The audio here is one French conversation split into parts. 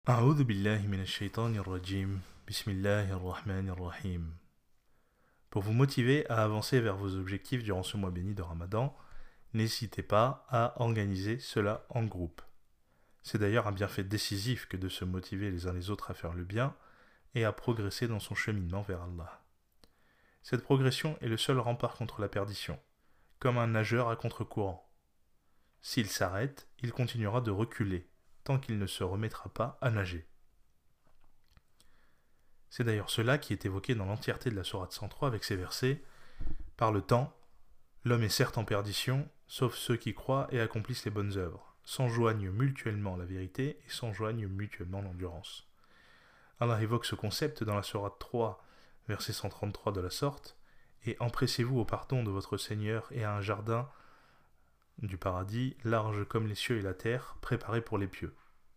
أعوذ بالله من الشيطان الرجيم بسم الله الرحمن الرحيم. Pour vous motiver à avancer vers vos objectifs durant ce mois béni de Ramadan, n'hésitez pas à organiser cela en groupe. C'est d'ailleurs un bienfait décisif que de se motiver les uns les autres à faire le bien et à progresser dans son cheminement vers Allah. Cette progression est le seul rempart contre la perdition, comme un nageur à contre-courant. S'il s'arrête, il continuera de reculer, tant qu'il ne se remettra pas à nager. C'est d'ailleurs cela qui est évoqué dans l'entièreté de la sourate 103 avec ces versets. Par le temps, l'homme est certes en perdition, sauf ceux qui croient et accomplissent les bonnes œuvres, s'enjoignent mutuellement la vérité et s'enjoignent mutuellement l'endurance. Allah évoque ce concept dans la sourate 3, verset 133 de la sorte, et empressez-vous au pardon de votre Seigneur et à un jardin du paradis, large comme les cieux et la terre, préparé pour les pieux.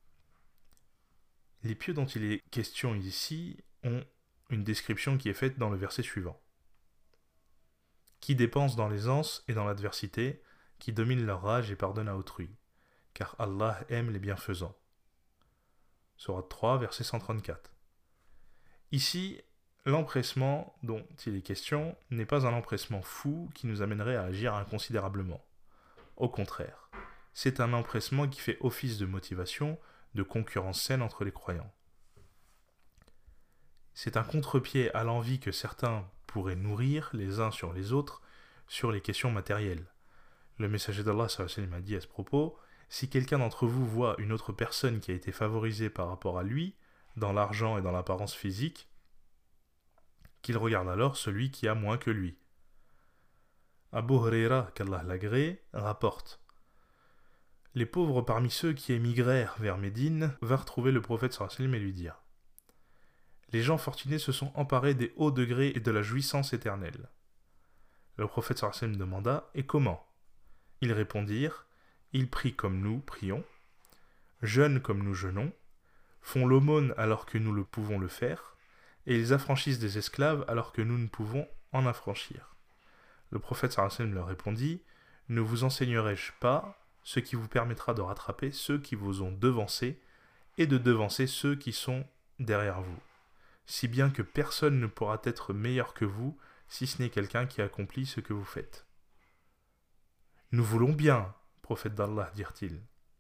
Les pieux dont il est question ici ont une description qui est faite dans le verset suivant. Qui dépensent dans l'aisance et dans l'adversité, qui dominent leur rage et pardonnent à autrui, car Allah aime les bienfaisants. Sourate 3, verset 134. Ici, l'empressement dont il est question n'est pas un empressement fou qui nous amènerait à agir inconsidérablement. Au contraire, c'est un empressement qui fait office de motivation, de concurrence saine entre les croyants. C'est un contre-pied à l'envie que certains pourraient nourrir les uns sur les autres sur les questions matérielles. Le messager d'Allah a dit à ce propos, si quelqu'un d'entre vous voit une autre personne qui a été favorisée par rapport à lui, dans l'argent et dans l'apparence physique, qu'il regarde alors celui qui a moins que lui. Abu Huraira, qu'Allah l'agrée, rapporte: les pauvres parmi ceux qui émigrèrent vers Médine vinrent trouver le prophète sallallahu alayhi wa sallam et lui dire: les gens fortunés se sont emparés des hauts degrés et de la jouissance éternelle. Le prophète sallallahu alayhi wa sallam demanda: et comment? Ils répondirent: ils prient comme nous prions, jeûnent comme nous jeûnons, font l'aumône alors que nous le pouvons le faire, et ils affranchissent des esclaves alors que nous ne pouvons en affranchir. Le prophète sallallahu alayhi wa sallam leur répondit: ne vous enseignerai-je pas ce qui vous permettra de rattraper ceux qui vous ont devancés et de devancer ceux qui sont derrière vous, si bien que personne ne pourra être meilleur que vous si ce n'est quelqu'un qui accomplit ce que vous faites. Nous voulons bien, prophète d'Allah, dirent-ils.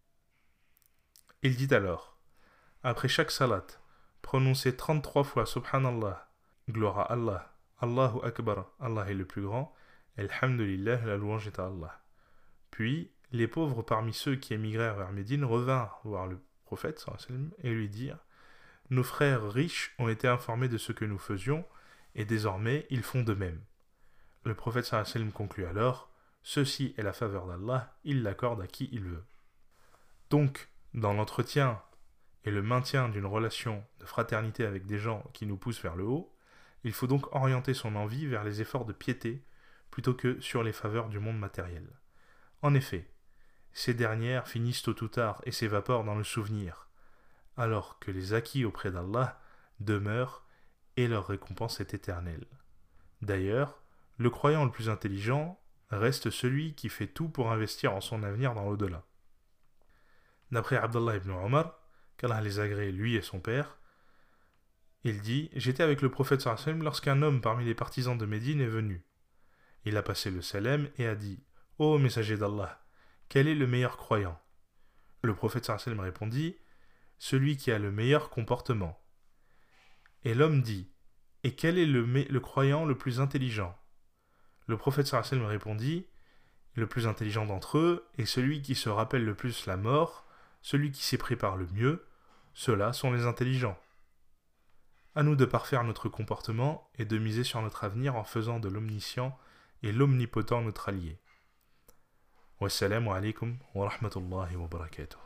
Il dit alors: après chaque salat, prononcez 33 fois Subhanallah, gloire à Allah, Allahu Akbar, Allah est le plus grand, Alhamdulillah, la louange est à Allah. Puis, les pauvres parmi ceux qui émigrèrent vers Médine revinrent voir le prophète sallallahu alayhi wa sallam, et lui dirent: nos frères riches ont été informés de ce que nous faisions, et désormais ils font de même. Le prophète sallallahu alayhi wa sallam conclut alors: ceci est la faveur d'Allah, il l'accorde à qui il veut. Donc, dans l'entretien et le maintien d'une relation de fraternité avec des gens qui nous poussent vers le haut, il faut donc orienter son envie vers les efforts de piété plutôt que sur les faveurs du monde matériel. En effet, ces dernières finissent tôt ou tard et s'évaporent dans le souvenir, alors que les acquis auprès d'Allah demeurent et leur récompense est éternelle. D'ailleurs, le croyant le plus intelligent reste celui qui fait tout pour investir en son avenir dans l'au-delà. D'après Abdallah ibn Omar, qu'Allah les agrée lui et son père, il dit: j'étais avec le prophète sallallahu alayhi wa sallam lorsqu'un homme parmi les partisans de Médine est venu. Il a passé le salam et a dit: ô messager d'Allah, quel est le meilleur croyant? Le prophète sallallahu alayhi wa sallam répondit: celui qui a le meilleur comportement. Et l'homme dit: et quel est le croyant le plus intelligent? Le prophète sallallahu alayhi wa sallam répondit: le plus intelligent d'entre eux est celui qui se rappelle le plus la mort, celui qui s'y prépare le mieux, ceux-là sont les intelligents. À nous de parfaire notre comportement et de miser sur notre avenir en faisant de l'omniscient et l'omnipotent notre allié. Wassalamu alaikum wa rahmatullahi wa barakatuh.